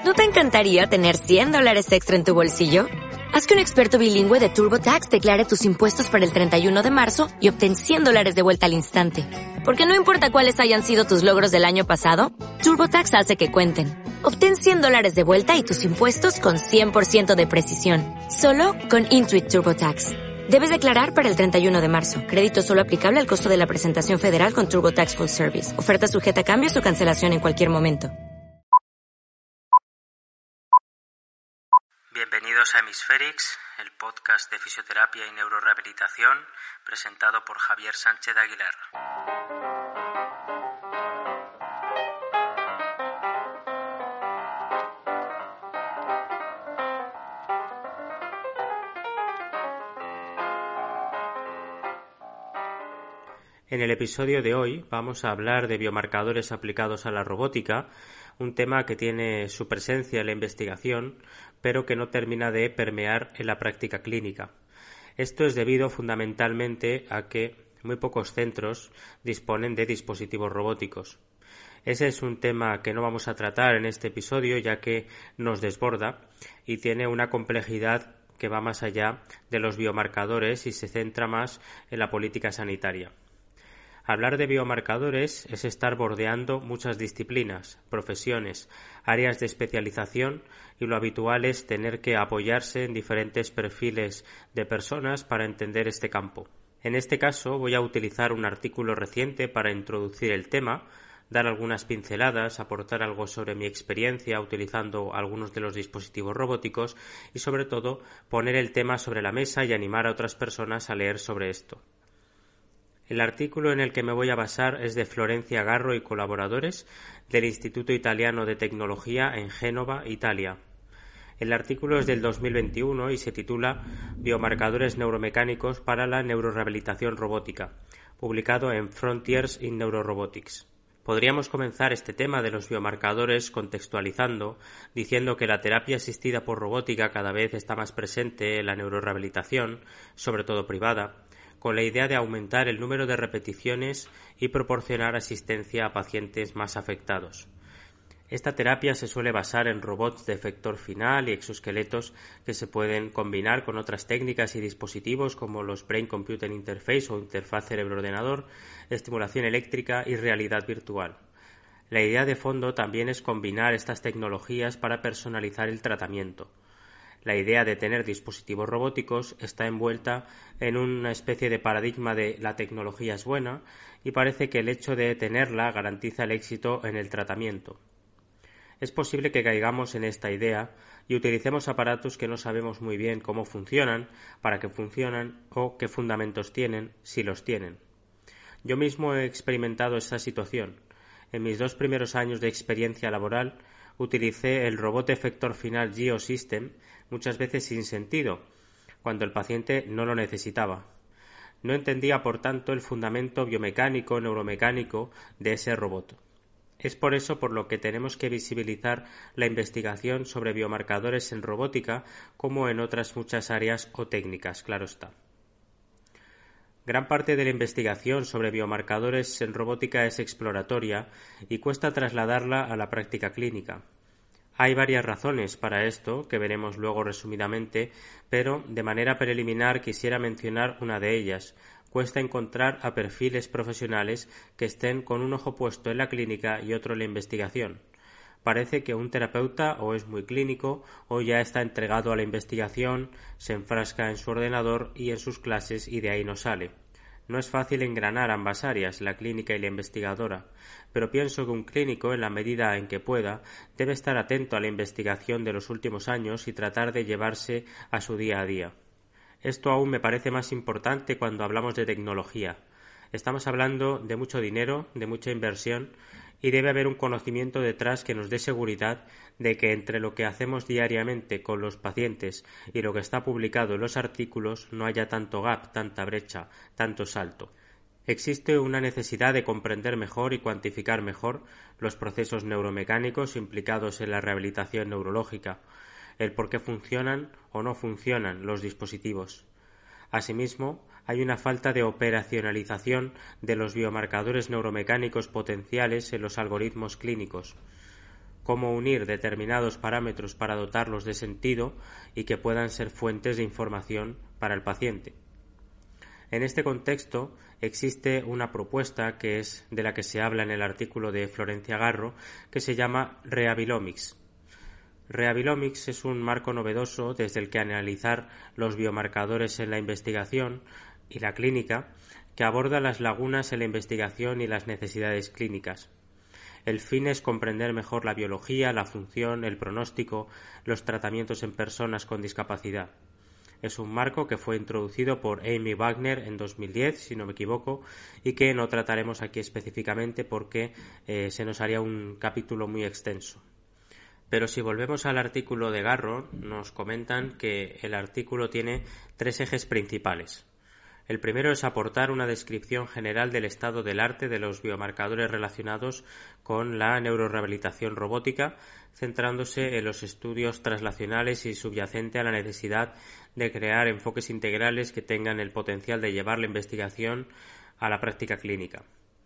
¿No te encantaría tener $100 extra en tu bolsillo? Haz que un experto bilingüe de TurboTax declare tus impuestos para el 31 de marzo y obtén $100 de vuelta al instante. Porque no importa cuáles hayan sido tus logros del año pasado, TurboTax hace que cuenten. Obtén $100 de vuelta y tus impuestos con 100% de precisión. Solo con Intuit TurboTax. Debes declarar para el 31 de marzo. Crédito solo aplicable al costo de la presentación federal con TurboTax Full Service. Oferta sujeta a cambios o cancelación en cualquier momento. Bienvenidos a Hemisférix, el podcast de fisioterapia y neurorehabilitación, presentado por Javier Sánchez Aguilar. En el episodio de hoy vamos a hablar de biomarcadores aplicados a la robótica, un tema que tiene su presencia en la investigación, pero que no termina de permear en la práctica clínica. Esto es debido fundamentalmente a que muy pocos centros disponen de dispositivos robóticos. Ese es un tema que no vamos a tratar en este episodio, ya que nos desborda y tiene una complejidad que va más allá de los biomarcadores y se centra más en la política sanitaria. Hablar de biomarcadores es estar bordeando muchas disciplinas, profesiones, áreas de especialización y lo habitual es tener que apoyarse en diferentes perfiles de personas para entender este campo. En este caso voy a utilizar un artículo reciente para introducir el tema, dar algunas pinceladas, aportar algo sobre mi experiencia utilizando algunos de los dispositivos robóticos y sobre todo poner el tema sobre la mesa y animar a otras personas a leer sobre esto. El artículo en el que me voy a basar es de Florencia Garro y colaboradores del Instituto Italiano de Tecnología en Génova, Italia. El artículo es del 2021 y se titula Biomarcadores neuromecánicos para la neurorehabilitación robótica, publicado en Frontiers in Neurorobotics. Podríamos comenzar este tema de los biomarcadores contextualizando, diciendo que la terapia asistida por robótica cada vez está más presente en la neurorehabilitación, sobre todo privada, con la idea de aumentar el número de repeticiones y proporcionar asistencia a pacientes más afectados. Esta terapia se suele basar en robots de efector final y exoesqueletos que se pueden combinar con otras técnicas y dispositivos como los Brain Computer Interface o interfaz cerebro-ordenador, estimulación eléctrica y realidad virtual. La idea de fondo también es combinar estas tecnologías para personalizar el tratamiento. La idea de tener dispositivos robóticos está envuelta en una especie de paradigma de la tecnología es buena y parece que el hecho de tenerla garantiza el éxito en el tratamiento. Es posible que caigamos en esta idea y utilicemos aparatos que no sabemos muy bien cómo funcionan, para qué funcionan o qué fundamentos tienen, si los tienen. Yo mismo he experimentado esta situación. En mis 2 primeros años de experiencia laboral utilicé el robot efector final Geosystem muchas veces sin sentido, cuando el paciente no lo necesitaba. No entendía, por tanto, el fundamento biomecánico, neuromecánico de ese robot. Es por eso por lo que tenemos que visibilizar la investigación sobre biomarcadores en robótica como en otras muchas áreas o técnicas, claro está. Gran parte de la investigación sobre biomarcadores en robótica es exploratoria y cuesta trasladarla a la práctica clínica. Hay varias razones para esto, que veremos luego resumidamente, pero de manera preliminar quisiera mencionar una de ellas. Cuesta encontrar a perfiles profesionales que estén con un ojo puesto en la clínica y otro en la investigación. Parece que un terapeuta o es muy clínico o ya está entregado a la investigación, se enfrasca en su ordenador y en sus clases y de ahí no sale. No es fácil engranar ambas áreas, la clínica y la investigadora, pero pienso que un clínico, en la medida en que pueda, debe estar atento a la investigación de los últimos años y tratar de llevarse a su día a día. Esto aún me parece más importante cuando hablamos de tecnología. Estamos hablando de mucho dinero, de mucha inversión, y debe haber un conocimiento detrás que nos dé seguridad de que entre lo que hacemos diariamente con los pacientes y lo que está publicado en los artículos no haya tanto gap, tanta brecha, tanto salto. Existe una necesidad de comprender mejor y cuantificar mejor los procesos neuromecánicos implicados en la rehabilitación neurológica, el por qué funcionan o no funcionan los dispositivos. Asimismo, hay una falta de operacionalización de los biomarcadores neuromecánicos potenciales en los algoritmos clínicos. cómo unir determinados parámetros para dotarlos de sentido y que puedan ser fuentes de información para el paciente. En este contexto existe una propuesta que es de la que se habla en el artículo de Florencia Garro, que se llama Rehabiliomics. Rehabiliomics es un marco novedoso desde el que analizar los biomarcadores en la investigación y la clínica, que aborda las lagunas en la investigación y las necesidades clínicas. El fin es comprender mejor la biología, la función, el pronóstico, los tratamientos en personas con discapacidad. Es un marco que fue introducido por Amy Wagner en 2010, si no me equivoco, y que no trataremos aquí específicamente porque se nos haría un capítulo muy extenso. Pero si volvemos al artículo de Garro, nos comentan que el artículo tiene 3 ejes principales. El primero es aportar una descripción general del estado del arte de los biomarcadores relacionados con la neurorehabilitación robótica, centrándose en los estudios traslacionales y subyacente a la necesidad de crear enfoques integrales que tengan el potencial de llevar la investigación a la práctica clínica.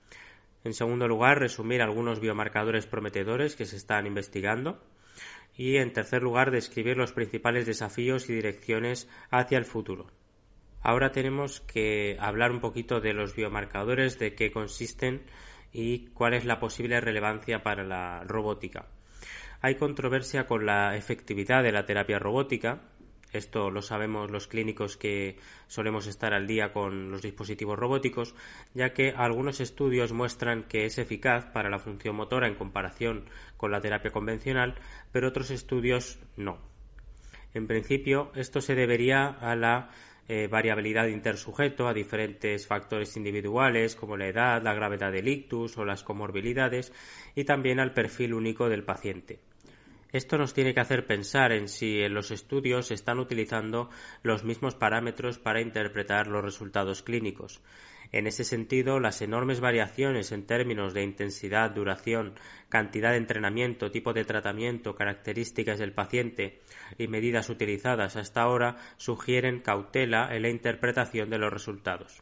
En segundo lugar, resumir algunos biomarcadores prometedores que se están investigando. Y en tercer lugar, describir los principales desafíos y direcciones hacia el futuro. Ahora tenemos que hablar un poquito de los biomarcadores, de qué consisten y cuál es la posible relevancia para la robótica. Hay controversia con la efectividad de la terapia robótica. Esto lo sabemos los clínicos que solemos estar al día con los dispositivos robóticos, ya que algunos estudios muestran que es eficaz para la función motora en comparación con la terapia convencional, pero otros estudios no. En principio, esto se debería a la variabilidad intersujeto, a diferentes factores individuales como la edad, la gravedad del ictus o las comorbilidades, y también al perfil único del paciente. Esto nos tiene que hacer pensar en si en los estudios se están utilizando los mismos parámetros para interpretar los resultados clínicos. En ese sentido, las enormes variaciones en términos de intensidad, duración, cantidad de entrenamiento, tipo de tratamiento, características del paciente y medidas utilizadas hasta ahora sugieren cautela en la interpretación de los resultados.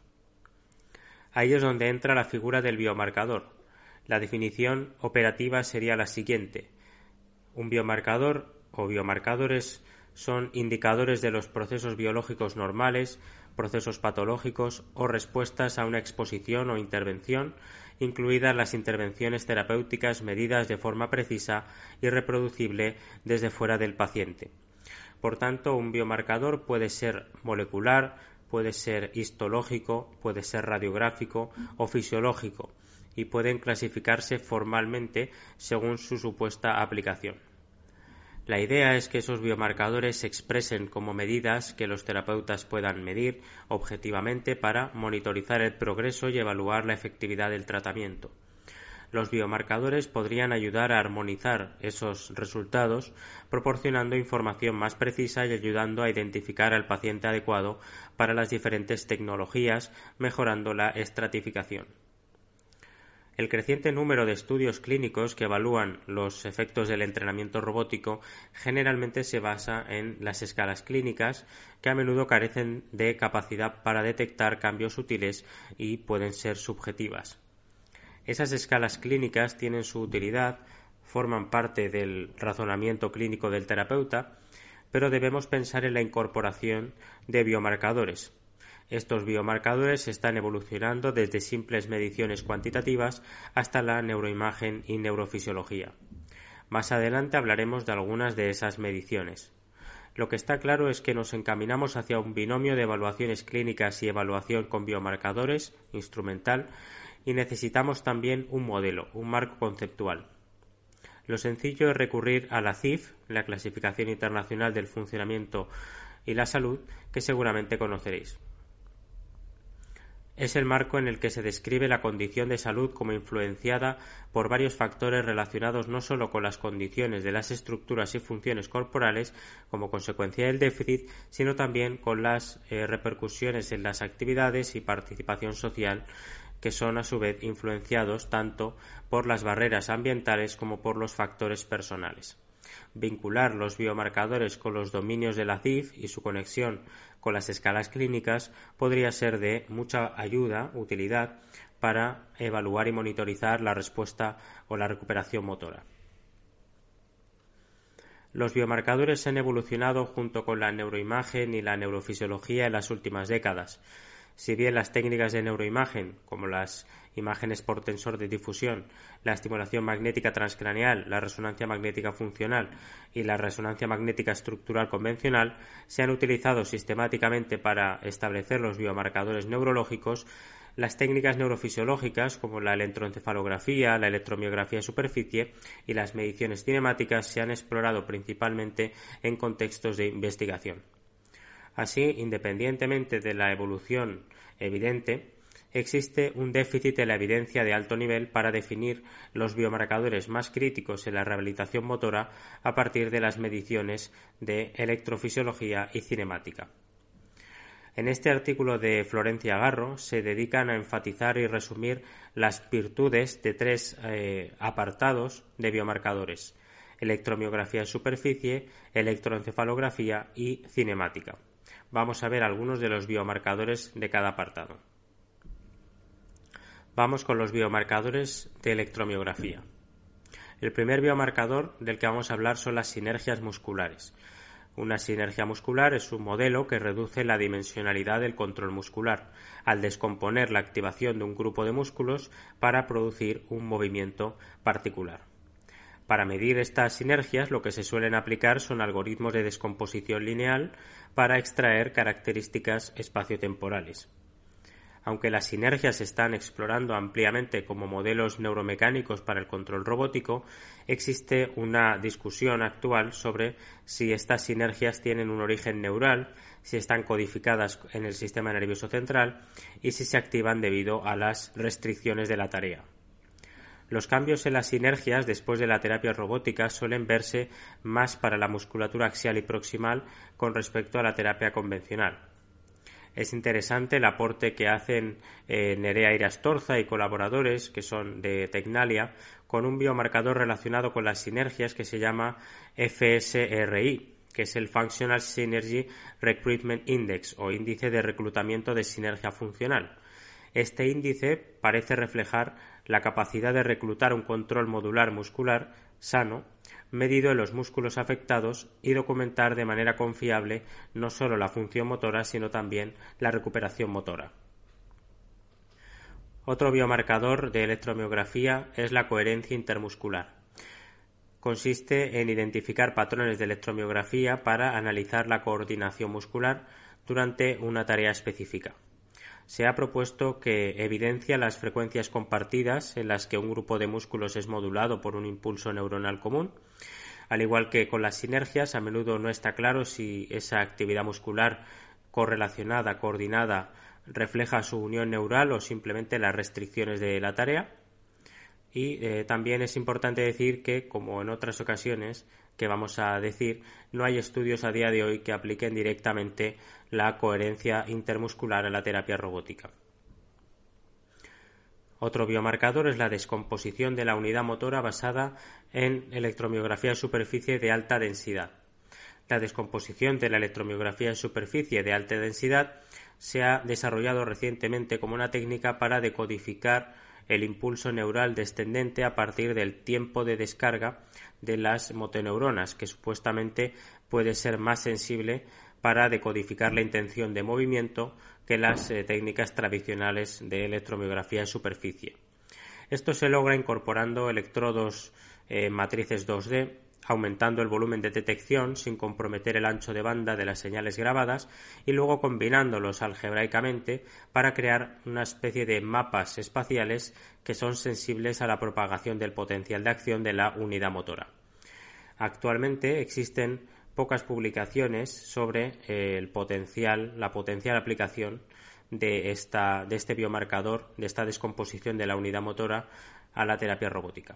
Ahí es donde entra la figura del biomarcador. La definición operativa sería la siguiente. Un biomarcador o biomarcadores son indicadores de los procesos biológicos normales, procesos patológicos o respuestas a una exposición o intervención, incluidas las intervenciones terapéuticas medidas de forma precisa y reproducible desde fuera del paciente. Por tanto, un biomarcador puede ser molecular, puede ser histológico, puede ser radiográfico o fisiológico, y pueden clasificarse formalmente según su supuesta aplicación. La idea es que esos biomarcadores se expresen como medidas que los terapeutas puedan medir objetivamente para monitorizar el progreso y evaluar la efectividad del tratamiento. Los biomarcadores podrían ayudar a armonizar esos resultados, proporcionando información más precisa y ayudando a identificar al paciente adecuado para las diferentes tecnologías, mejorando la estratificación. El creciente número de estudios clínicos que evalúan los efectos del entrenamiento robótico generalmente se basa en las escalas clínicas, que a menudo carecen de capacidad para detectar cambios sutiles y pueden ser subjetivas. Esas escalas clínicas tienen su utilidad, forman parte del razonamiento clínico del terapeuta, pero debemos pensar en la incorporación de biomarcadores. Estos biomarcadores están evolucionando desde simples mediciones cuantitativas hasta la neuroimagen y neurofisiología. Más adelante hablaremos de algunas de esas mediciones. Lo que está claro es que nos encaminamos hacia un binomio de evaluaciones clínicas y evaluación con biomarcadores, instrumental, y necesitamos también un modelo, un marco conceptual. Lo sencillo es recurrir a la CIF, la Clasificación Internacional del Funcionamiento y la Salud, que seguramente conoceréis. Es el marco en el que se describe la condición de salud como influenciada por varios factores relacionados no solo con las condiciones de las estructuras y funciones corporales como consecuencia del déficit, sino también con las repercusiones en las actividades y participación social, que son a su vez influenciados tanto por las barreras ambientales como por los factores personales. Vincular los biomarcadores con los dominios de la CIF y su conexión con las escalas clínicas podría ser de mucha ayuda, utilidad, para evaluar y monitorizar la respuesta o la recuperación motora. Los biomarcadores han evolucionado junto con la neuroimagen y la neurofisiología en las últimas décadas. Si bien las técnicas de neuroimagen, como las imágenes por tensor de difusión, la estimulación magnética transcraneal, la resonancia magnética funcional y la resonancia magnética estructural convencional, se han utilizado sistemáticamente para establecer los biomarcadores neurológicos, las técnicas neurofisiológicas como la electroencefalografía, la electromiografía de superficie y las mediciones cinemáticas se han explorado principalmente en contextos de investigación. Así, independientemente de la evolución evidente, existe un déficit de la evidencia de alto nivel para definir los biomarcadores más críticos en la rehabilitación motora a partir de las mediciones de electrofisiología y cinemática. En este artículo de Florencia Garro se dedican a enfatizar y resumir las virtudes de tres apartados de biomarcadores: electromiografía de superficie, electroencefalografía y cinemática. Vamos a ver algunos de los biomarcadores de cada apartado. Vamos con los biomarcadores de electromiografía. El primer biomarcador del que vamos a hablar son las sinergias musculares. Una sinergia muscular es un modelo que reduce la dimensionalidad del control muscular, al descomponer la activación de un grupo de músculos para producir un movimiento particular. Para medir estas sinergias, lo que se suelen aplicar son algoritmos de descomposición lineal para extraer características espaciotemporales. Aunque las sinergias se están explorando ampliamente como modelos neuromecánicos para el control robótico, existe una discusión actual sobre si estas sinergias tienen un origen neural, si están codificadas en el sistema nervioso central y si se activan debido a las restricciones de la tarea. Los cambios en las sinergias después de la terapia robótica suelen verse más para la musculatura axial y proximal con respecto a la terapia convencional. Es interesante el aporte que hacen Nerea Irastorza y colaboradores, que son de Tecnalia, con un biomarcador relacionado con las sinergias que se llama FSRI, que es el Functional Synergy Recruitment Index, o índice de reclutamiento de sinergia funcional. Este índice parece reflejar la capacidad de reclutar un control modular muscular sano, medido en los músculos afectados, y documentar de manera confiable no solo la función motora, sino también la recuperación motora. Otro biomarcador de electromiografía es la coherencia intermuscular. Consiste en identificar patrones de electromiografía para analizar la coordinación muscular durante una tarea específica. Se ha propuesto que evidencia las frecuencias compartidas en las que un grupo de músculos es modulado por un impulso neuronal común. Al igual que con las sinergias, a menudo no está claro si esa actividad muscular correlacionada, coordinada, refleja su unión neural o simplemente las restricciones de la tarea. Y también es importante decir que, como en otras ocasiones que vamos a decir, no hay estudios a día de hoy que apliquen directamente la coherencia intermuscular a la terapia robótica. Otro biomarcador es la descomposición de la unidad motora basada en electromiografía de superficie de alta densidad. La descomposición de la electromiografía de superficie de alta densidad se ha desarrollado recientemente como una técnica para decodificar el impulso neural descendente a partir del tiempo de descarga de las motoneuronas, que supuestamente puede ser más sensible para decodificar la intención de movimiento que las técnicas tradicionales de electromiografía de superficie. Esto se logra incorporando electrodos matrices 2D, aumentando el volumen de detección sin comprometer el ancho de banda de las señales grabadas y luego combinándolos algebraicamente para crear una especie de mapas espaciales que son sensibles a la propagación del potencial de acción de la unidad motora. Actualmente existen pocas publicaciones sobre la potencial aplicación de este biomarcador, de esta descomposición de la unidad motora a la terapia robótica.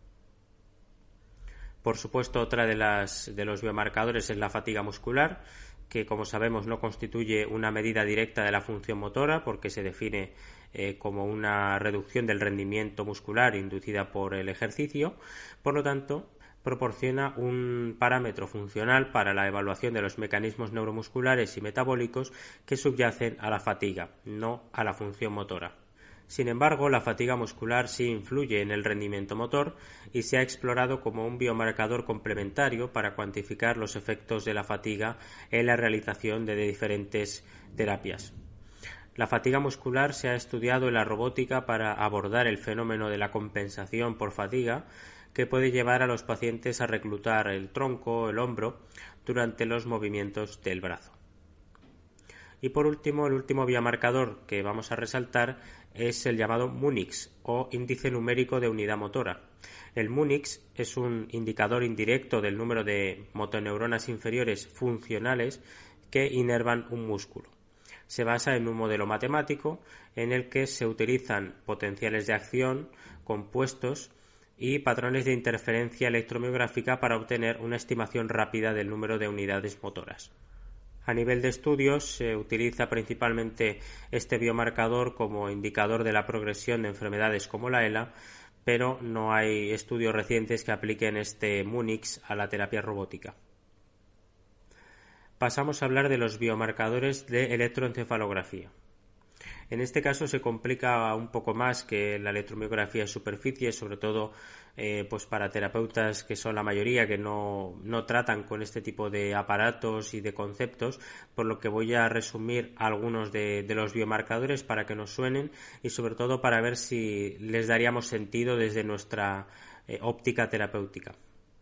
Por supuesto, otra de los biomarcadores es la fatiga muscular, que como sabemos no constituye una medida directa de la función motora porque se define como una reducción del rendimiento muscular inducida por el ejercicio. Por lo tanto, proporciona un parámetro funcional para la evaluación de los mecanismos neuromusculares y metabólicos que subyacen a la fatiga, no a la función motora. Sin embargo, la fatiga muscular sí influye en el rendimiento motor y se ha explorado como un biomarcador complementario para cuantificar los efectos de la fatiga en la realización de diferentes terapias. La fatiga muscular se ha estudiado en la robótica para abordar el fenómeno de la compensación por fatiga, que puede llevar a los pacientes a reclutar el tronco o el hombro durante los movimientos del brazo. Y por último, el último biomarcador que vamos a resaltar es el llamado MUNIX o índice numérico de unidad motora. El MUNIX es un indicador indirecto del número de motoneuronas inferiores funcionales que inervan un músculo. Se basa en un modelo matemático en el que se utilizan potenciales de acción, compuestos y patrones de interferencia electromiográfica para obtener una estimación rápida del número de unidades motoras. A nivel de estudios se utiliza principalmente este biomarcador como indicador de la progresión de enfermedades como la ELA, pero no hay estudios recientes que apliquen este MUNIX a la terapia robótica. Pasamos a hablar de los biomarcadores de electroencefalografía. En este caso se complica un poco más que la electromiografía de superficie, sobre todo pues para terapeutas que son la mayoría que no tratan con este tipo de aparatos y de conceptos, por lo que voy a resumir algunos de los biomarcadores para que nos suenen y sobre todo para ver si les daríamos sentido desde nuestra óptica terapéutica.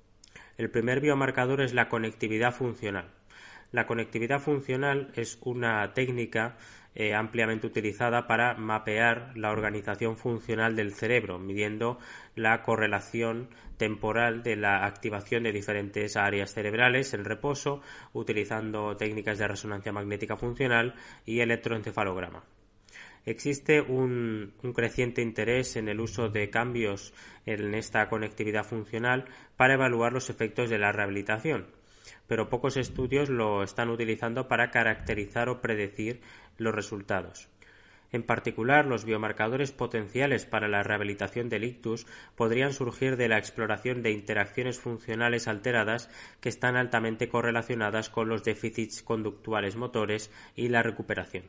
El primer biomarcador es la conectividad funcional. La conectividad funcional es una técnica ampliamente utilizada para mapear la organización funcional del cerebro, midiendo la correlación temporal de la activación de diferentes áreas cerebrales en reposo, utilizando técnicas de resonancia magnética funcional y electroencefalograma. Existe un creciente interés en el uso de cambios en esta conectividad funcional para evaluar los efectos de la rehabilitación, pero pocos estudios lo están utilizando para caracterizar o predecir los resultados. En particular, los biomarcadores potenciales para la rehabilitación del ictus podrían surgir de la exploración de interacciones funcionales alteradas que están altamente correlacionadas con los déficits conductuales motores y la recuperación.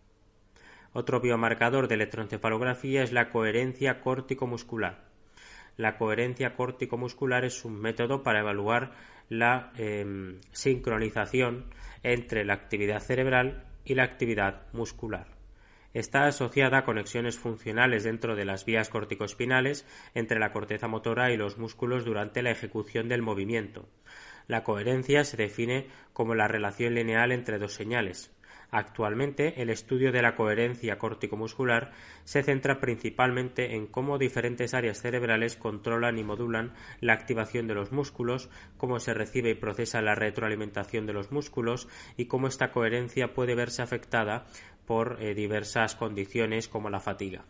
Otro biomarcador de electroencefalografía es la coherencia córtico-muscular. La coherencia córtico-muscular es un método para evaluar la sincronización entre la actividad cerebral y la actividad muscular. Está asociada a conexiones funcionales dentro de las vías corticoespinales entre la corteza motora y los músculos durante la ejecución del movimiento. La coherencia se define como la relación lineal entre dos señales. Actualmente, el estudio de la coherencia córtico-muscular se centra principalmente en cómo diferentes áreas cerebrales controlan y modulan la activación de los músculos, cómo se recibe y procesa la retroalimentación de los músculos y cómo esta coherencia puede verse afectada por diversas condiciones como la fatiga.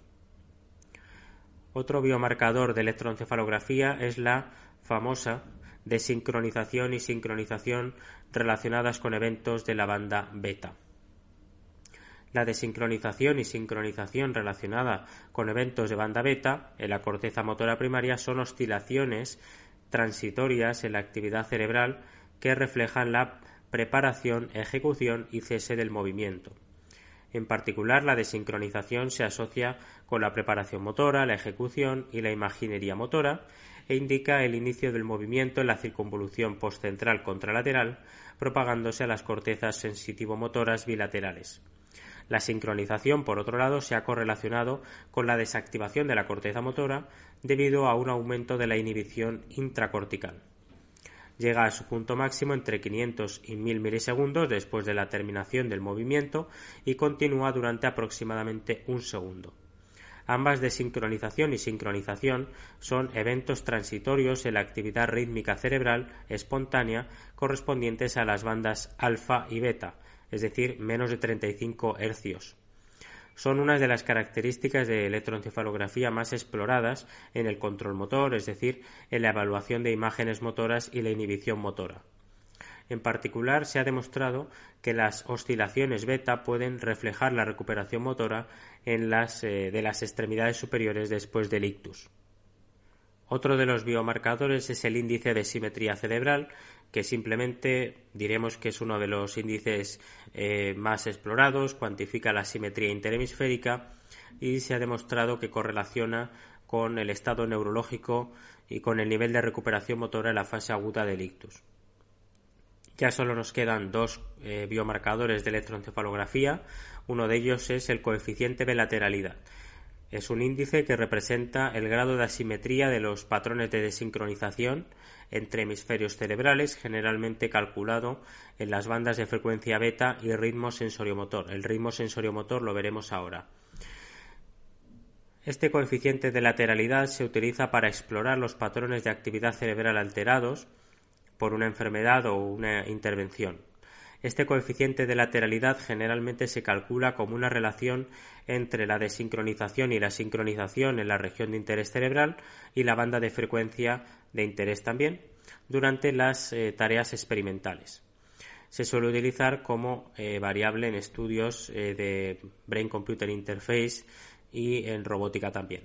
Otro biomarcador de electroencefalografía es la famosa desincronización y sincronización relacionadas con eventos de la banda beta. La desincronización y sincronización relacionada con eventos de banda beta en la corteza motora primaria son oscilaciones transitorias en la actividad cerebral que reflejan la preparación, ejecución y cese del movimiento. En particular, la desincronización se asocia con la preparación motora, la ejecución y la imaginería motora e indica el inicio del movimiento en la circunvolución postcentral contralateral, propagándose a las cortezas sensitivo-motoras bilaterales. La sincronización, por otro lado, se ha correlacionado con la desactivación de la corteza motora debido a un aumento de la inhibición intracortical. Llega a su punto máximo entre 500 y 1000 milisegundos después de la terminación del movimiento y continúa durante aproximadamente un segundo. Ambas desincronización y sincronización son eventos transitorios en la actividad rítmica cerebral espontánea correspondientes a las bandas alfa y beta, es decir, menos de 35 hercios. Son unas de las características de electroencefalografía más exploradas en el control motor, es decir, en la evaluación de imágenes motoras y la inhibición motora. En particular, se ha demostrado que las oscilaciones beta pueden reflejar la recuperación motora de las extremidades superiores después del ictus. Otro de los biomarcadores es el índice de simetría cerebral, que simplemente diremos que es uno de los índices más explorados, cuantifica la simetría interhemisférica y se ha demostrado que correlaciona con el estado neurológico y con el nivel de recuperación motora en la fase aguda del ictus. Ya solo nos quedan dos biomarcadores de electroencefalografía. Uno de ellos es el coeficiente de lateralidad. Es un índice que representa el grado de asimetría de los patrones de desincronización entre hemisferios cerebrales, generalmente calculado en las bandas de frecuencia beta y ritmo sensoriomotor. El ritmo sensoriomotor lo veremos ahora. Este coeficiente de lateralidad se utiliza para explorar los patrones de actividad cerebral alterados por una enfermedad o una intervención. Este coeficiente de lateralidad generalmente se calcula como una relación entre la desincronización y la sincronización en la región de interés cerebral y la banda de frecuencia de interés también durante las tareas experimentales. Se suele utilizar como variable en estudios de Brain-Computer Interface y en robótica también.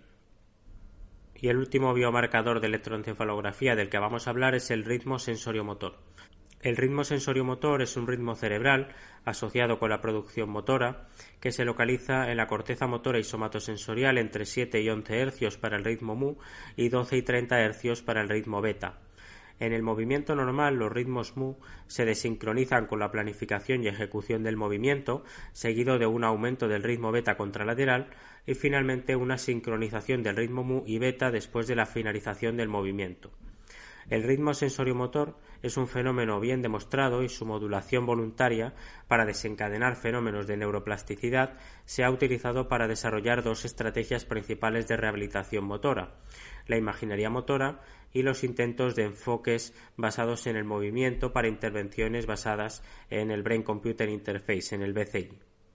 Y el último biomarcador de electroencefalografía del que vamos a hablar es el ritmo sensoriomotor. El ritmo sensoriomotor es un ritmo cerebral asociado con la producción motora que se localiza en la corteza motora y somatosensorial entre 7 y 11 Hz para el ritmo mu y 12 y 30 Hz para el ritmo beta. En el movimiento normal, los ritmos mu se desincronizan con la planificación y ejecución del movimiento, seguido de un aumento del ritmo beta contralateral y finalmente una sincronización del ritmo mu y beta después de la finalización del movimiento. El ritmo sensoriomotor es un fenómeno bien demostrado y su modulación voluntaria para desencadenar fenómenos de neuroplasticidad se ha utilizado para desarrollar dos estrategias principales de rehabilitación motora: la imaginería motora y los intentos de enfoques basados en el movimiento para intervenciones basadas en el Brain-Computer Interface, en el BCI.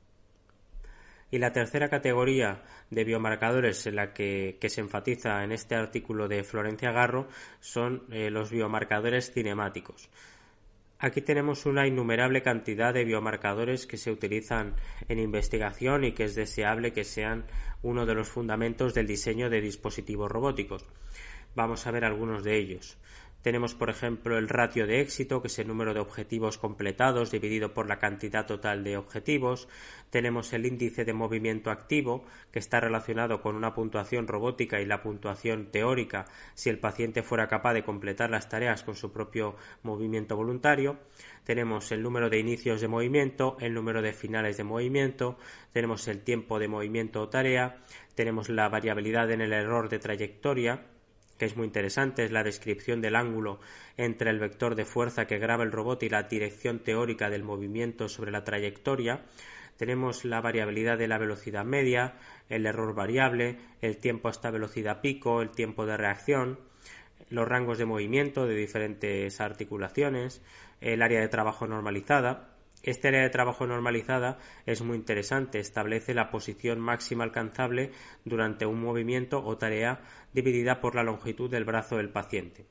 Y la tercera categoría de biomarcadores en la que se enfatiza en este artículo de Florencia Garro son los biomarcadores cinemáticos. Aquí tenemos una innumerable cantidad de biomarcadores que se utilizan en investigación y que es deseable que sean uno de los fundamentos del diseño de dispositivos robóticos. Vamos a ver algunos de ellos. Tenemos, por ejemplo, el ratio de éxito, que es el número de objetivos completados dividido por la cantidad total de objetivos. Tenemos el índice de movimiento activo, que está relacionado con una puntuación robótica y la puntuación teórica si el paciente fuera capaz de completar las tareas con su propio movimiento voluntario. Tenemos el número de inicios de movimiento, el número de finales de movimiento, tenemos el tiempo de movimiento o tarea, tenemos la variabilidad en el error de trayectoria, que es muy interesante, es la descripción del ángulo entre el vector de fuerza que graba el robot y la dirección teórica del movimiento sobre la trayectoria. Tenemos la variabilidad de la velocidad media, el error variable, el tiempo hasta velocidad pico, el tiempo de reacción, los rangos de movimiento de diferentes articulaciones, el área de trabajo normalizada. Este área de trabajo normalizada es muy interesante, establece la posición máxima alcanzable durante un movimiento o tarea dividida por la longitud del brazo del paciente.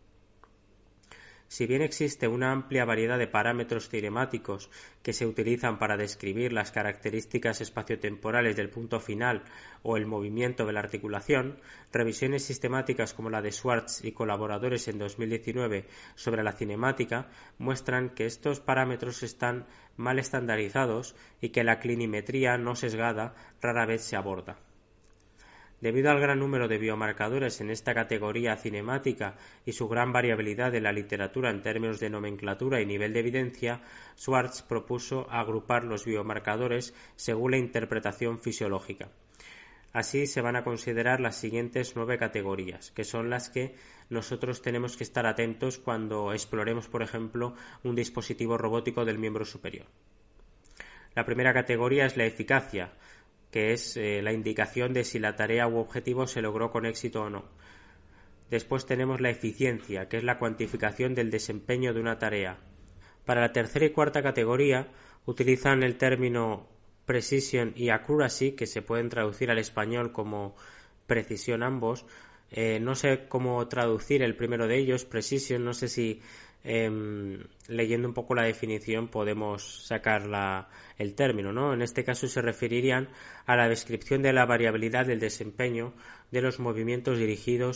Si bien existe una amplia variedad de parámetros cinemáticos que se utilizan para describir las características espaciotemporales del punto final o el movimiento de la articulación, revisiones sistemáticas como la de Schwartz y colaboradores en 2019 sobre la cinemática muestran que estos parámetros están mal estandarizados y que la clinimetría no sesgada rara vez se aborda. Debido al gran número de biomarcadores en esta categoría cinemática y su gran variabilidad en la literatura en términos de nomenclatura y nivel de evidencia, Schwartz propuso agrupar los biomarcadores según la interpretación fisiológica. Así se van a considerar las siguientes 9 categorías, que son las que nosotros tenemos que estar atentos cuando exploremos, por ejemplo, un dispositivo robótico del miembro superior. La primera categoría es la eficacia, que es la indicación de si la tarea u objetivo se logró con éxito o no. Después tenemos la eficiencia, que es la cuantificación del desempeño de una tarea. Para la tercera y cuarta categoría utilizan el término precision y accuracy, que se pueden traducir al español como precisión ambos. No sé cómo traducir el primero de ellos, precision, no sé si leyendo un poco la definición podemos sacar el término, ¿no? En este caso se referirían a la descripción de la variabilidad del desempeño de los movimientos dirigidos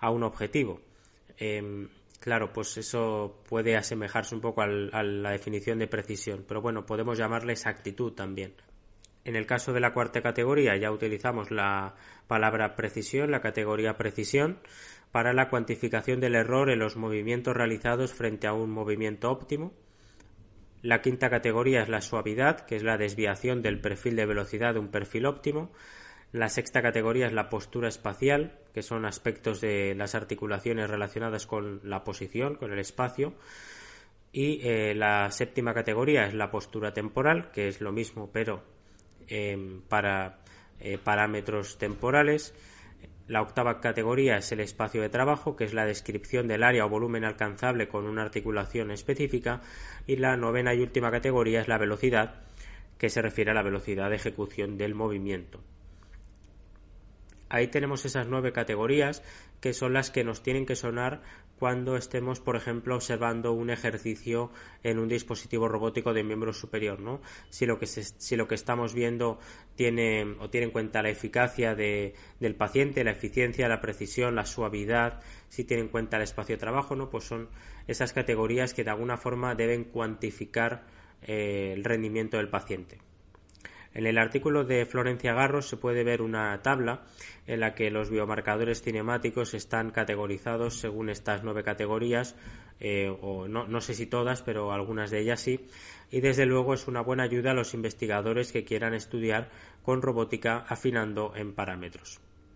a un objetivo. Claro, pues eso puede asemejarse un poco a la definición de precisión, pero bueno, podemos llamarle exactitud también. En el caso de la cuarta categoría ya utilizamos la palabra precisión, la categoría precisión, para la cuantificación del error en los movimientos realizados frente a un movimiento óptimo. La quinta categoría es la suavidad, que es la desviación del perfil de velocidad de un perfil óptimo. La sexta categoría es la postura espacial, que son aspectos de las articulaciones relacionadas con la posición, con el espacio. Y la séptima categoría es la postura temporal, que es lo mismo, pero para parámetros temporales. La octava categoría es el espacio de trabajo, que es la descripción del área o volumen alcanzable con una articulación específica, y la novena y última categoría es la velocidad, que se refiere a la velocidad de ejecución del movimiento. Ahí tenemos esas 9 categorías, que son las que nos tienen que sonar cuando estemos, por ejemplo, observando un ejercicio en un dispositivo robótico de miembro superior, ¿no? Si lo que estamos viendo tiene en cuenta la eficacia del paciente, la eficiencia, la precisión, la suavidad, si tiene en cuenta el espacio de trabajo, ¿no? Pues son esas categorías que de alguna forma deben cuantificar el rendimiento del paciente. En el artículo de Florencia Garros se puede ver una tabla en la que los biomarcadores cinemáticos están categorizados según estas 9 categorías, o no sé si todas, pero algunas de ellas sí, y desde luego es una buena ayuda a los investigadores que quieran estudiar con robótica afinando en parámetros.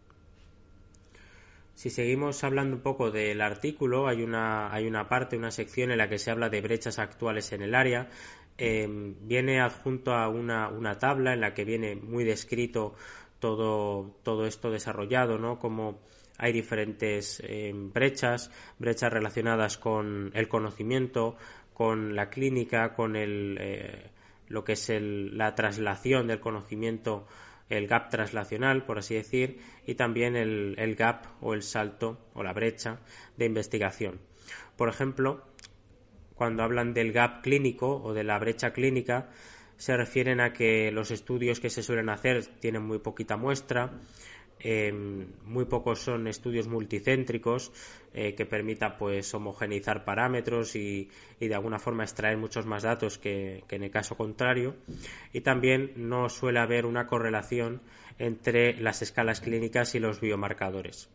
Si seguimos hablando un poco del artículo, hay una parte, una sección en la que se habla de brechas actuales en el área. Viene adjunto a una tabla en la que viene muy descrito todo esto desarrollado, ¿no? Como hay diferentes brechas relacionadas con el conocimiento, con la clínica, con lo que es la traslación del conocimiento, el gap traslacional, por así decir, y también el gap o el salto o la brecha de investigación. Por ejemplo, cuando hablan del gap clínico o de la brecha clínica, se refieren a que los estudios que se suelen hacer tienen muy poquita muestra, muy pocos son estudios multicéntricos que permita pues homogeneizar parámetros y de alguna forma extraer muchos más datos que en el caso contrario, y también no suele haber una correlación entre las escalas clínicas y los biomarcadores.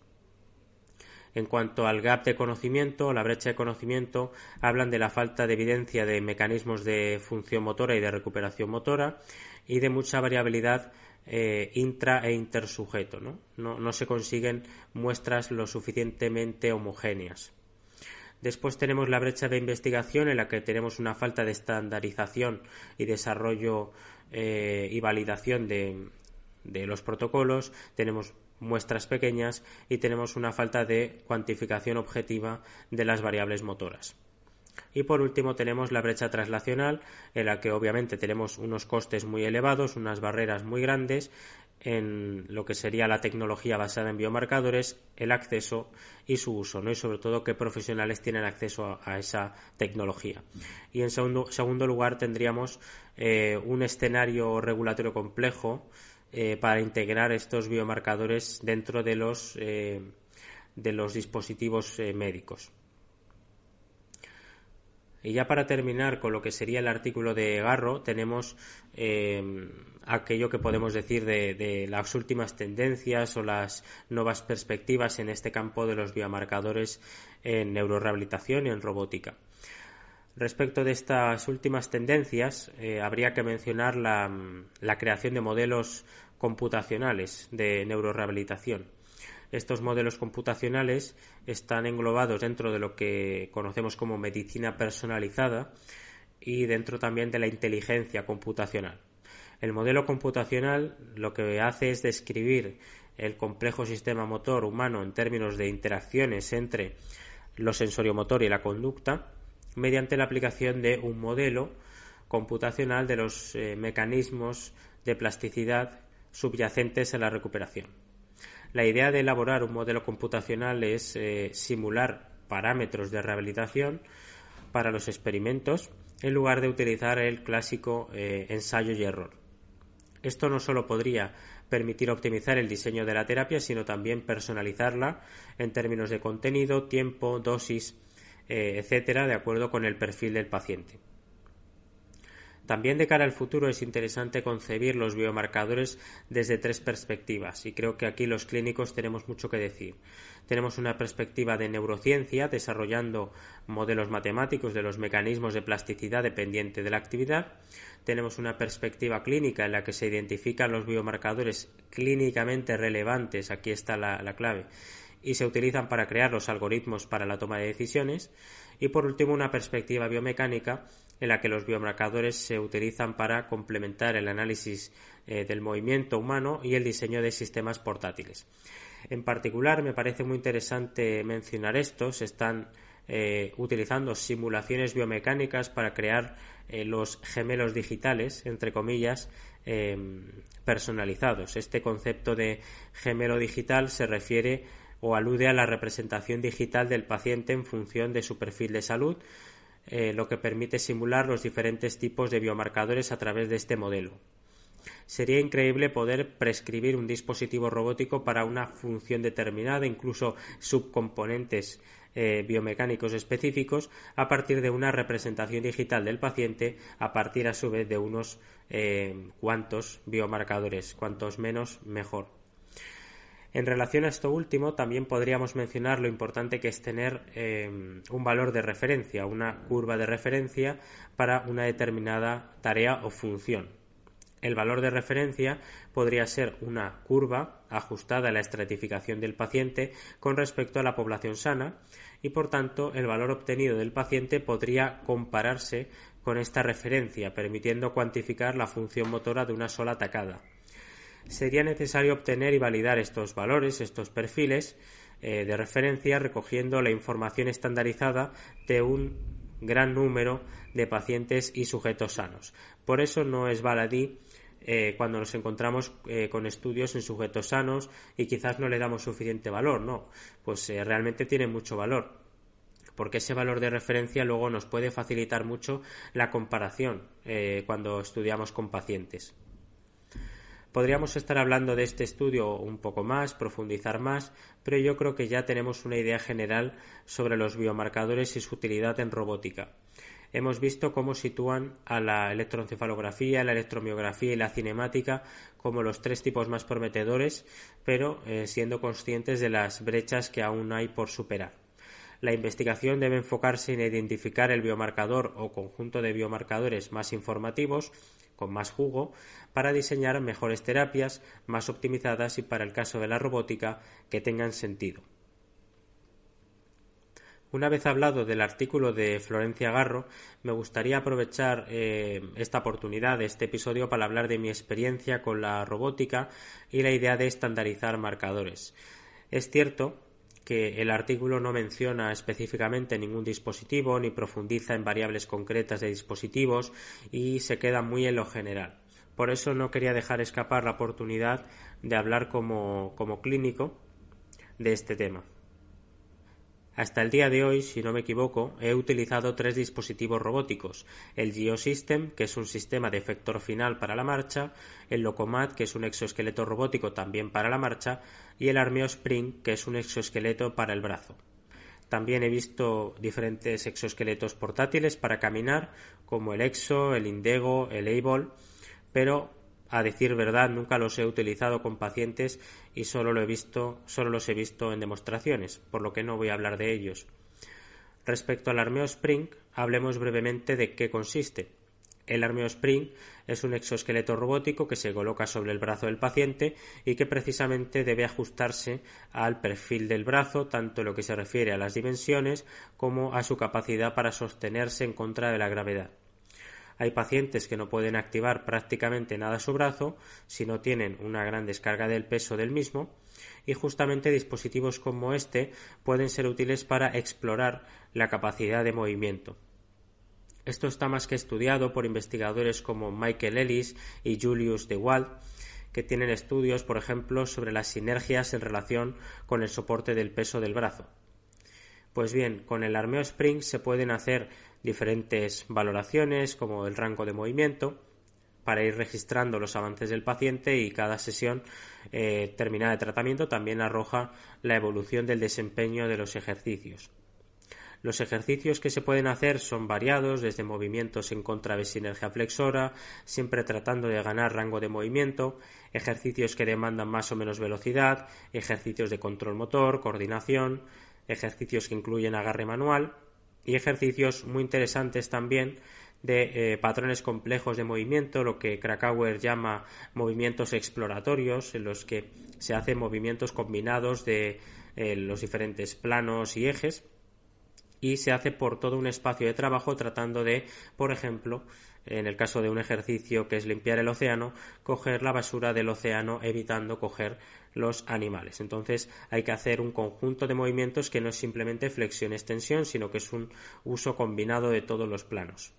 En cuanto al gap de conocimiento, la brecha de conocimiento, hablan de la falta de evidencia de mecanismos de función motora y de recuperación motora y de mucha variabilidad intra e intersujeto, ¿no? No se consiguen muestras lo suficientemente homogéneas. Después tenemos la brecha de investigación, en la que tenemos una falta de estandarización y desarrollo y validación de los protocolos, tenemos muestras pequeñas y tenemos una falta de cuantificación objetiva de las variables motoras. Y por último tenemos la brecha traslacional, en la que obviamente tenemos unos costes muy elevados, unas barreras muy grandes en lo que sería la tecnología basada en biomarcadores, el acceso y su uso, ¿no? Y sobre todo qué profesionales tienen acceso a esa tecnología. Y en segundo lugar tendríamos un escenario regulatorio complejo para integrar estos biomarcadores dentro de los dispositivos médicos. Y ya para terminar con lo que sería el artículo de Garro, tenemos aquello que podemos decir de las últimas tendencias o las nuevas perspectivas en este campo de los biomarcadores en neurorehabilitación y en robótica. Respecto de estas últimas tendencias, habría que mencionar la creación de modelos computacionales de neurorehabilitación. Estos modelos computacionales están englobados dentro de lo que conocemos como medicina personalizada y dentro también de la inteligencia computacional. El modelo computacional lo que hace es describir el complejo sistema motor humano en términos de interacciones entre lo sensoriomotor y la conducta, mediante la aplicación de un modelo computacional de los mecanismos de plasticidad subyacentes a la recuperación. La idea de elaborar un modelo computacional es simular parámetros de rehabilitación para los experimentos en lugar de utilizar el clásico ensayo y error. Esto no solo podría permitir optimizar el diseño de la terapia, sino también personalizarla en términos de contenido, tiempo, dosis, etcétera, de acuerdo con el perfil del paciente. También de cara al futuro es interesante concebir los biomarcadores desde 3 perspectivas y creo que aquí los clínicos tenemos mucho que decir. Tenemos una perspectiva de neurociencia, desarrollando modelos matemáticos de los mecanismos de plasticidad dependiente de la actividad. Tenemos una perspectiva clínica en la que se identifican los biomarcadores clínicamente relevantes, aquí está la clave, y se utilizan para crear los algoritmos para la toma de decisiones. Y por último, una perspectiva biomecánica en la que los biomarcadores se utilizan para complementar el análisis del movimiento humano y el diseño de sistemas portátiles. En particular, me parece muy interesante mencionar esto. Se están utilizando simulaciones biomecánicas para crear los gemelos digitales, entre comillas, personalizados. Este concepto de gemelo digital se refiere o alude a la representación digital del paciente en función de su perfil de salud, lo que permite simular los diferentes tipos de biomarcadores a través de este modelo. Sería increíble poder prescribir un dispositivo robótico para una función determinada, incluso subcomponentes biomecánicos específicos, a partir de una representación digital del paciente, a partir a su vez de unos cuantos biomarcadores, cuantos menos mejor. En relación a esto último, también podríamos mencionar lo importante que es tener un valor de referencia, una curva de referencia para una determinada tarea o función. El valor de referencia podría ser una curva ajustada a la estratificación del paciente con respecto a la población sana y, por tanto, el valor obtenido del paciente podría compararse con esta referencia, permitiendo cuantificar la función motora de una sola tacada. Sería necesario obtener y validar estos valores, estos perfiles de referencia, recogiendo la información estandarizada de un gran número de pacientes y sujetos sanos. Por eso no es baladí cuando nos encontramos con estudios en sujetos sanos y quizás no le damos suficiente valor. No, pues realmente tiene mucho valor, porque ese valor de referencia luego nos puede facilitar mucho la comparación cuando estudiamos con pacientes. Podríamos estar hablando de este estudio un poco más, profundizar más, pero yo creo que ya tenemos una idea general sobre los biomarcadores y su utilidad en robótica. Hemos visto cómo sitúan a la electroencefalografía, la electromiografía y la cinemática como los 3 tipos más prometedores, pero siendo conscientes de las brechas que aún hay por superar. La investigación debe enfocarse en identificar el biomarcador o conjunto de biomarcadores más informativos, con más jugo, para diseñar mejores terapias, más optimizadas y, para el caso de la robótica, que tengan sentido. Una vez hablado del artículo de Florencia Garro, me gustaría aprovechar esta oportunidad de este episodio para hablar de mi experiencia con la robótica y la idea de estandarizar marcadores. Es cierto que el artículo no menciona específicamente ningún dispositivo ni profundiza en variables concretas de dispositivos y se queda muy en lo general. Por eso no quería dejar escapar la oportunidad de hablar como clínico de este tema. Hasta el día de hoy, si no me equivoco, he utilizado 3 dispositivos robóticos: el Geosystem, que es un sistema de efector final para la marcha, el Locomat, que es un exoesqueleto robótico también para la marcha, y el Armeo Spring, que es un exoesqueleto para el brazo. También he visto diferentes exoesqueletos portátiles para caminar, como el Exo, el Indego, el Able, pero a decir verdad nunca los he utilizado con pacientes y solo los he visto en demostraciones, por lo que no voy a hablar de ellos. Respecto al Armeo Spring, hablemos brevemente de qué consiste. El Armeo Spring es un exoesqueleto robótico que se coloca sobre el brazo del paciente y que precisamente debe ajustarse al perfil del brazo, tanto en lo que se refiere a las dimensiones como a su capacidad para sostenerse en contra de la gravedad. Hay pacientes que no pueden activar prácticamente nada su brazo si no tienen una gran descarga del peso del mismo, y justamente dispositivos como este pueden ser útiles para explorar la capacidad de movimiento. Esto está más que estudiado por investigadores como Michael Ellis y Julius de Waal, que tienen estudios, por ejemplo, sobre las sinergias en relación con el soporte del peso del brazo. Pues bien, con el Armeo Spring se pueden hacer diferentes valoraciones, como el rango de movimiento, para ir registrando los avances del paciente, y cada sesión terminada de tratamiento también arroja la evolución del desempeño de los ejercicios. Los ejercicios que se pueden hacer son variados, desde movimientos en contra de sinergia flexora, siempre tratando de ganar rango de movimiento, ejercicios que demandan más o menos velocidad, ejercicios de control motor, coordinación, ejercicios que incluyen agarre manual y ejercicios muy interesantes también de patrones complejos de movimiento, lo que Krakauer llama movimientos exploratorios, en los que se hacen movimientos combinados de los diferentes planos y ejes, y se hace por todo un espacio de trabajo tratando de, por ejemplo, en el caso de un ejercicio que es limpiar el océano, coger la basura del océano evitando coger los animales. Entonces hay que hacer un conjunto de movimientos que no es simplemente flexión-extensión, sino que es un uso combinado de todos los planos.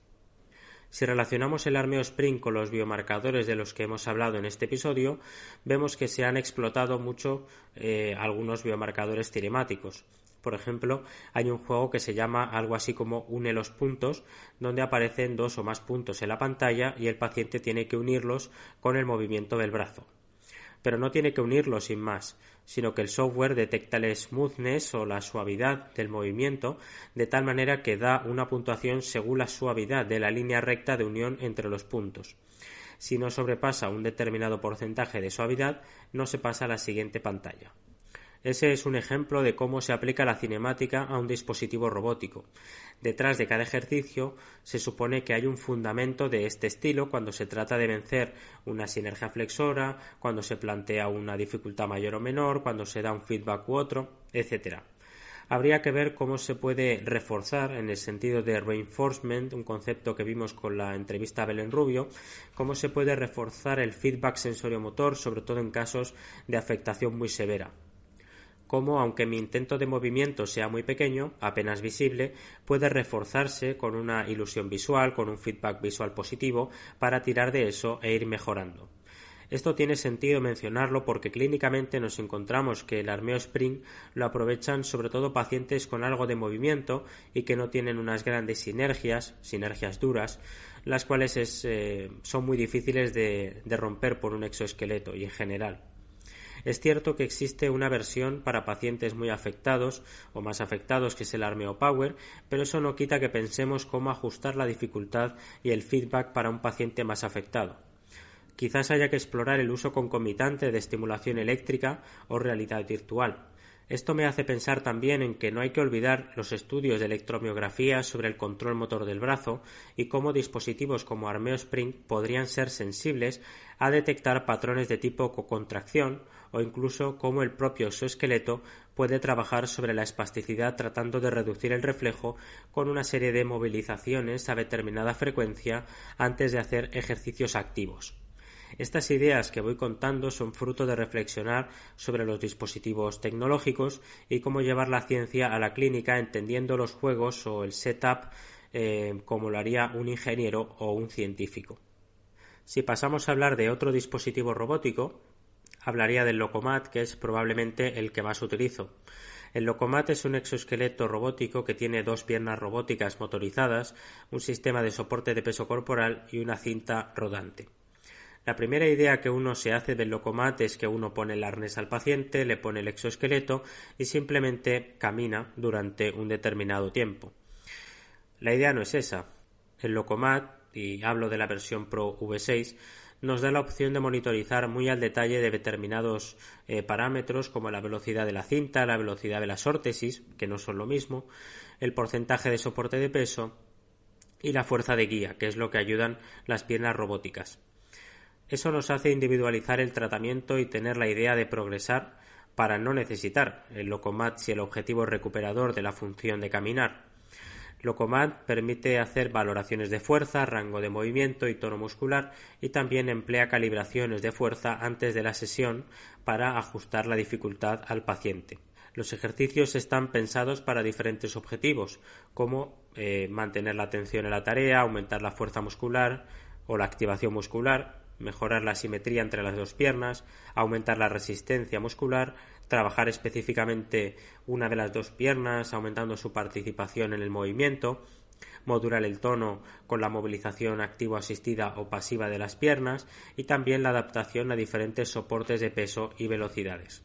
Si relacionamos el armeo sprint con los biomarcadores de los que hemos hablado en este episodio, vemos que se han explotado mucho algunos biomarcadores cinemáticos. Por ejemplo, hay un juego que se llama algo así como Une los puntos, donde aparecen 2 o más puntos en la pantalla y el paciente tiene que unirlos con el movimiento del brazo. Pero no tiene que unirlos sin más, sino que el software detecta el smoothness o la suavidad del movimiento, de tal manera que da una puntuación según la suavidad de la línea recta de unión entre los puntos. Si no sobrepasa un determinado porcentaje de suavidad, no se pasa a la siguiente pantalla. Ese es un ejemplo de cómo se aplica la cinemática a un dispositivo robótico. Detrás de cada ejercicio se supone que hay un fundamento de este estilo cuando se trata de vencer una sinergia flexora, cuando se plantea una dificultad mayor o menor, cuando se da un feedback u otro, etc. Habría que ver cómo se puede reforzar, en el sentido de reinforcement, un concepto que vimos con la entrevista a Belén Rubio, cómo se puede reforzar el feedback sensoriomotor, sobre todo en casos de afectación muy severa. Cómo, aunque mi intento de movimiento sea muy pequeño, apenas visible, puede reforzarse con una ilusión visual, con un feedback visual positivo, para tirar de eso e ir mejorando. Esto tiene sentido mencionarlo porque clínicamente nos encontramos que el armeo sprint lo aprovechan sobre todo pacientes con algo de movimiento y que no tienen unas grandes sinergias duras, las cuales son muy difíciles de romper por un exoesqueleto y en general. Es cierto que existe una versión para pacientes muy afectados o más afectados, que es el Armeo Power, pero eso no quita que pensemos cómo ajustar la dificultad y el feedback para un paciente más afectado. Quizás haya que explorar el uso concomitante de estimulación eléctrica o realidad virtual. Esto me hace pensar también en que no hay que olvidar los estudios de electromiografía sobre el control motor del brazo y cómo dispositivos como Armeo Sprint podrían ser sensibles a detectar patrones de tipo cocontracción, o incluso cómo el propio exoesqueleto puede trabajar sobre la espasticidad tratando de reducir el reflejo con una serie de movilizaciones a determinada frecuencia antes de hacer ejercicios activos. Estas ideas que voy contando son fruto de reflexionar sobre los dispositivos tecnológicos y cómo llevar la ciencia a la clínica, entendiendo los juegos o el setup como lo haría un ingeniero o un científico. Si pasamos a hablar de otro dispositivo robótico, hablaría del Lokomat, que es probablemente el que más utilizo. El Lokomat es un exoesqueleto robótico que tiene 2 piernas robóticas motorizadas, un sistema de soporte de peso corporal y una cinta rodante. La primera idea que uno se hace del Lokomat es que uno pone el arnés al paciente, le pone el exoesqueleto y simplemente camina durante un determinado tiempo. La idea no es esa. El Lokomat, y hablo de la versión Pro V6, nos da la opción de monitorizar muy al detalle de determinados parámetros como la velocidad de la cinta, la velocidad de las órtesis, que no son lo mismo, el porcentaje de soporte de peso y la fuerza de guía, que es lo que ayudan las piernas robóticas. Eso nos hace individualizar el tratamiento y tener la idea de progresar para no necesitar el Lokomat si el objetivo es recuperador de la función de caminar. Lokomat permite hacer valoraciones de fuerza, rango de movimiento y tono muscular, y también emplea calibraciones de fuerza antes de la sesión para ajustar la dificultad al paciente. Los ejercicios están pensados para diferentes objetivos, como mantener la atención en la tarea, aumentar la fuerza muscular o la activación muscular, mejorar la simetría entre las 2 piernas, aumentar la resistencia muscular, trabajar específicamente una de las 2 piernas, aumentando su participación en el movimiento, modular el tono con la movilización activo-asistida o pasiva de las piernas y también la adaptación a diferentes soportes de peso y velocidades.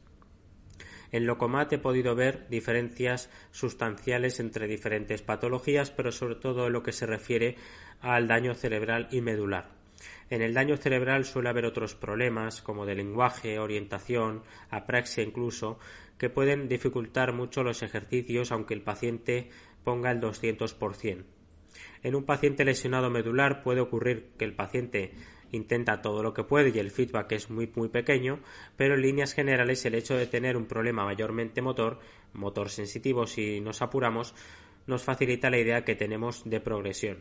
En Lokomat he podido ver diferencias sustanciales entre diferentes patologías, pero sobre todo en lo que se refiere al daño cerebral y medular. En el daño cerebral suele haber otros problemas como de lenguaje, orientación, apraxia incluso, que pueden dificultar mucho los ejercicios aunque el paciente ponga el 200%. En un paciente lesionado medular puede ocurrir que el paciente intenta todo lo que puede y el feedback es muy pequeño, pero en líneas generales el hecho de tener un problema mayormente motor sensitivo si nos apuramos, nos facilita la idea que tenemos de progresión.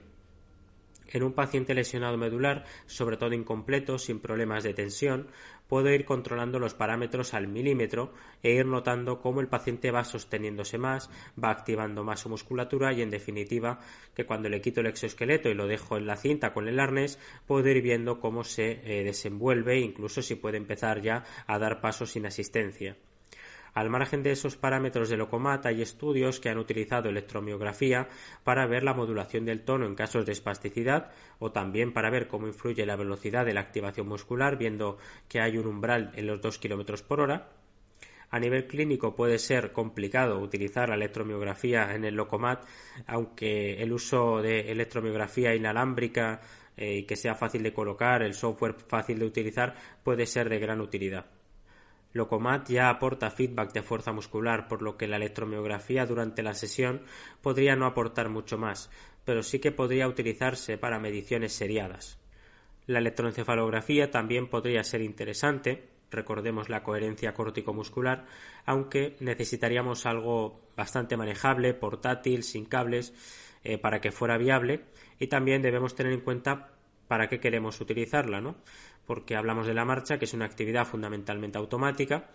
En un paciente lesionado medular, sobre todo incompleto, sin problemas de tensión, puedo ir controlando los parámetros al milímetro e ir notando cómo el paciente va sosteniéndose más, va activando más su musculatura y, en definitiva, que cuando le quito el exoesqueleto y lo dejo en la cinta con el arnés, puedo ir viendo cómo se desenvuelve, incluso si puede empezar ya a dar pasos sin asistencia. Al margen de esos parámetros de Lokomat, hay estudios que han utilizado electromiografía para ver la modulación del tono en casos de espasticidad o también para ver cómo influye la velocidad de la activación muscular, viendo que hay un umbral en los 2 km por hora. A nivel clínico puede ser complicado utilizar la electromiografía en el Lokomat, aunque el uso de electromiografía inalámbrica y que sea fácil de colocar, el software fácil de utilizar, puede ser de gran utilidad. Lokomat ya aporta feedback de fuerza muscular, por lo que la electromiografía durante la sesión podría no aportar mucho más, pero sí que podría utilizarse para mediciones seriadas. La electroencefalografía también podría ser interesante, recordemos la coherencia córtico-muscular, aunque necesitaríamos algo bastante manejable, portátil, sin cables, para que fuera viable, y también debemos tener en cuenta para qué queremos utilizarla, ¿no? Porque hablamos de la marcha, que es una actividad fundamentalmente automática,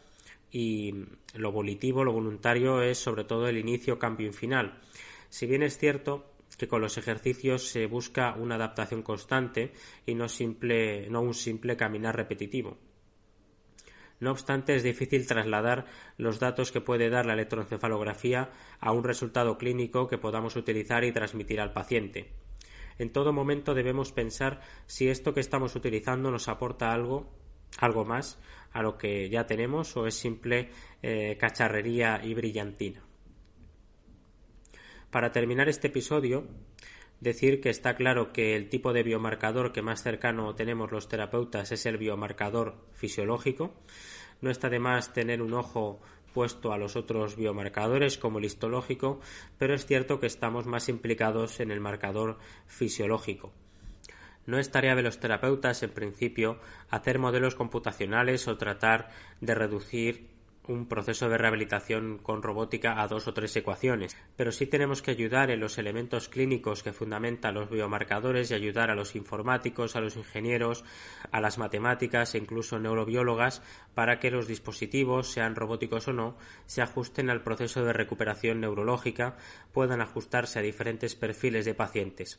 y lo volitivo, lo voluntario, es sobre todo el inicio, cambio y final. Si bien es cierto que con los ejercicios se busca una adaptación constante y no un simple caminar repetitivo. No obstante, es difícil trasladar los datos que puede dar la electroencefalografía a un resultado clínico que podamos utilizar y transmitir al paciente. En todo momento debemos pensar si esto que estamos utilizando nos aporta algo más a lo que ya tenemos o es simple cacharrería y brillantina. Para terminar este episodio, decir que está claro que el tipo de biomarcador que más cercano tenemos los terapeutas es el biomarcador fisiológico. No está de más tener un ojo puesto a los otros biomarcadores como el histológico, pero es cierto que estamos más implicados en el marcador fisiológico. No es tarea de los terapeutas, en principio, hacer modelos computacionales o tratar de reducir un proceso de rehabilitación con robótica a 2 o 3 ecuaciones, pero sí tenemos que ayudar en los elementos clínicos que fundamentan los biomarcadores y ayudar a los informáticos, a los ingenieros, a las matemáticas e incluso neurobiólogas para que los dispositivos, sean robóticos o no, se ajusten al proceso de recuperación neurológica, puedan ajustarse a diferentes perfiles de pacientes.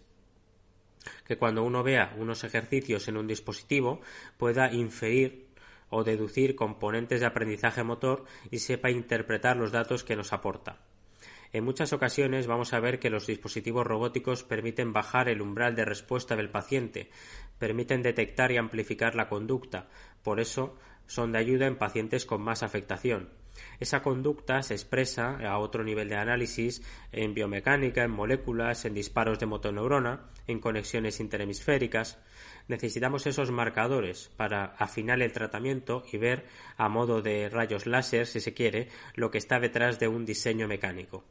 Que cuando uno vea unos ejercicios en un dispositivo pueda inferir o deducir componentes de aprendizaje motor y sepa interpretar los datos que nos aporta. En muchas ocasiones vamos a ver que los dispositivos robóticos permiten bajar el umbral de respuesta del paciente, permiten detectar y amplificar la conducta, por eso son de ayuda en pacientes con más afectación. Esa conducta se expresa a otro nivel de análisis en biomecánica, en moléculas, en disparos de motoneurona, en conexiones interhemisféricas. Necesitamos esos marcadores para afinar el tratamiento y ver, a modo de rayos láser, si se quiere, lo que está detrás de un diseño mecánico.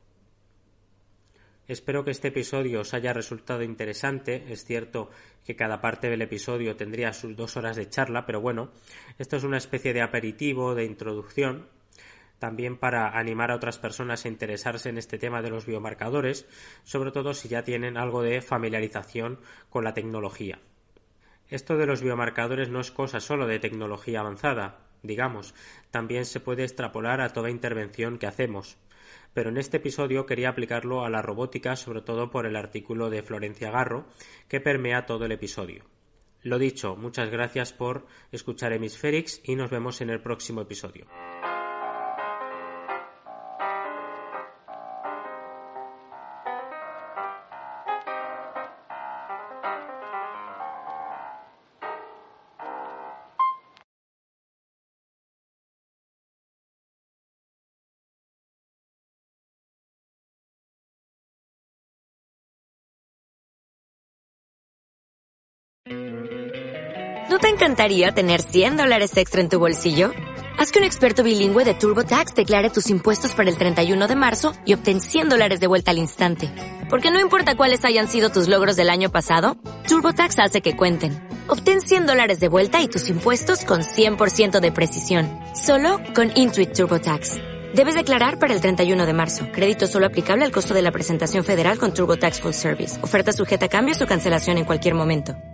Espero que este episodio os haya resultado interesante. Es cierto que cada parte del episodio tendría sus 2 horas de charla, pero bueno, esto es una especie de aperitivo, de introducción, también para animar a otras personas a interesarse en este tema de los biomarcadores, sobre todo si ya tienen algo de familiarización con la tecnología. Esto de los biomarcadores no es cosa solo de tecnología avanzada, digamos, también se puede extrapolar a toda intervención que hacemos. Pero en este episodio quería aplicarlo a la robótica, sobre todo por el artículo de Florencia Garro, que permea todo el episodio. Lo dicho, muchas gracias por escuchar Hemisférix y nos vemos en el próximo episodio. ¿No te encantaría tener $100 extra en tu bolsillo? Haz que un experto bilingüe de TurboTax declare tus impuestos para el 31 de marzo y obtén $100 de vuelta al instante. Porque no importa cuáles hayan sido tus logros del año pasado, TurboTax hace que cuenten. Obtén $100 de vuelta y tus impuestos con 100% de precisión. Solo con Intuit TurboTax. Debes declarar para el 31 de marzo. Crédito solo aplicable al costo de la presentación federal con TurboTax Full Service. Oferta sujeta a cambios o cancelación en cualquier momento.